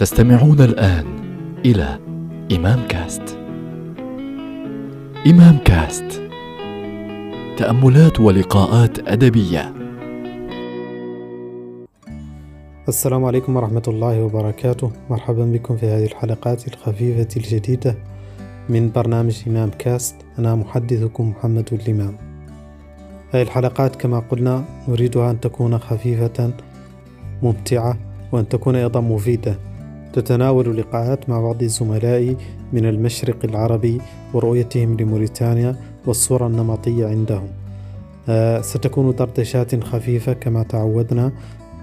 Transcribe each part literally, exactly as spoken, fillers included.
تستمعون الآن إلى إمام كاست. إمام كاست، تأملات ولقاءات أدبية. السلام عليكم ورحمة الله وبركاته. مرحبا بكم في هذه الحلقات الخفيفة الجديدة من برنامج إمام كاست. أنا محدثكم محمد الإمام. هذه الحلقات كما قلنا نريدها أن تكون خفيفة ممتعة، وأن تكون أيضا مفيدة، تتناول لقاءات مع بعض الزملاء من المشرق العربي ورؤيتهم لموريتانيا والصورة النمطية عندهم. آه ستكون دردشات خفيفة كما تعودنا.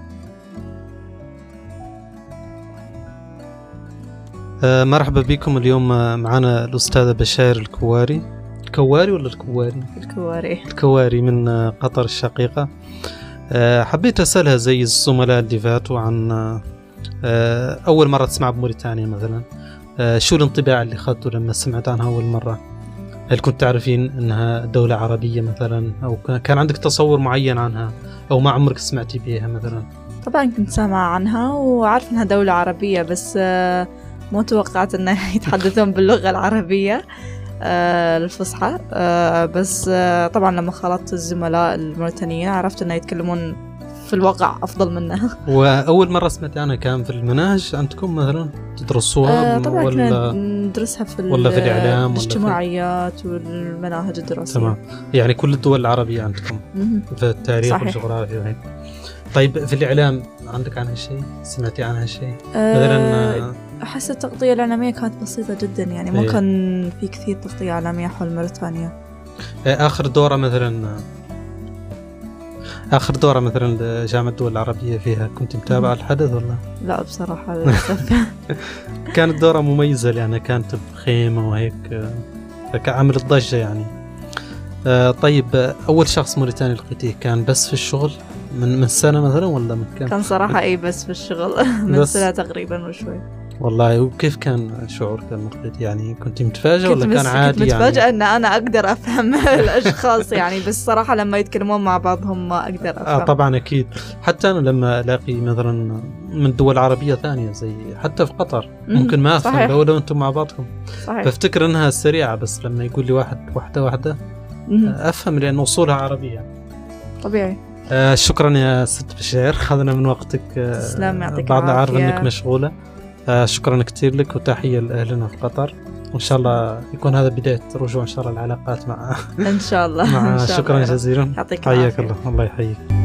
آه مرحبا بكم. اليوم معنا الأستاذة بشاير الكواري. الكواري ولا الكواري؟ الكواري الكواري من قطر الشقيقة. آه حبيت أسألها زي الزملاء اللي فاتوا عن آه أول مرة تسمع بموريتانيا مثلا. آه شو الانطباع اللي أخذته لما سمعت عنها أول مرة؟ هل كنت تعرفين أنها دولة عربية مثلا، أو كان عندك تصور معين عنها، أو ما عمرك سمعتي بيها مثلا؟ طبعا كنت سامعة عنها وعارف أنها دولة عربية، بس آه مو توقعت أنها يتحدثون باللغة العربية آه الفصحى. آه بس آه طبعا لما خلطت الزملاء الموريتانيين عرفت أنها يتكلمون في الواقع أفضل منها. وأول مرة سمعت عنها كان في المناهج عندكم مثلا تدرسوها؟ آه طبعا ولا كنا ندرسها في ولا في الإعلام الاجتماعيات والمناهج الدراسية. تمام، يعني كل الدول العربية عندكم في التاريخ صحيح. والجغرافيا وهيك. طيب في الإعلام عندك عنها شيء؟ سمعتي عنها شيء؟ آه مثلا أحس التغطية الإعلامية كانت بسيطة جدا، يعني ما كان في كثير تغطية إعلامية حول موريتانيا. آخر دورة مثلا آخر دورة مثلا جامعة الدول العربية فيها كنت متابعة الحدث ولا؟ لا بصراحة للأسف. كانت دورة مميزة لأنها كانت بخيمة وهيك، عملت ضجة يعني. آه طيب أول شخص موريتاني لقيتيه كان بس في الشغل من من سنة مثلا ولا من كم؟ كان صراحة أي بس في الشغل من سنة تقريبا وشوي. والله وكيف كان شعورك لما لقيت؟ يعني كنت متفاجئ ولا كان عادي؟ كنت متفاجئة يعني؟ أن أنا أقدر أفهم الأشخاص يعني، بس صراحة لما يتكلمون مع بعضهم ما أقدر أفهم. آه طبعا أكيد. حتى أنا لما ألاقي مثلا من دول عربية ثانية زي حتى في قطر ممكن ما أفهم لو لو أنتم مع بعضكم. صحيح. فافتكر أنها سريعة، بس لما يقول لي واحد واحدة واحدة أفهم لأن أصولها عربية طبيعي. آه شكرا يا ست بشير، خذنا من وقتك. تسلم، يعطيك بعد العافية. عارف أنك مشغولة. آه شكرا كثير لك، وتحية لأهلنا في قطر، وإن شاء الله يكون هذا بداية رجوع إن شاء الله العلاقات مع إن شاء الله. مع إن شاء شكرا الله. جزيلا، يعطيك حياك العافية. الله. الله يحييك.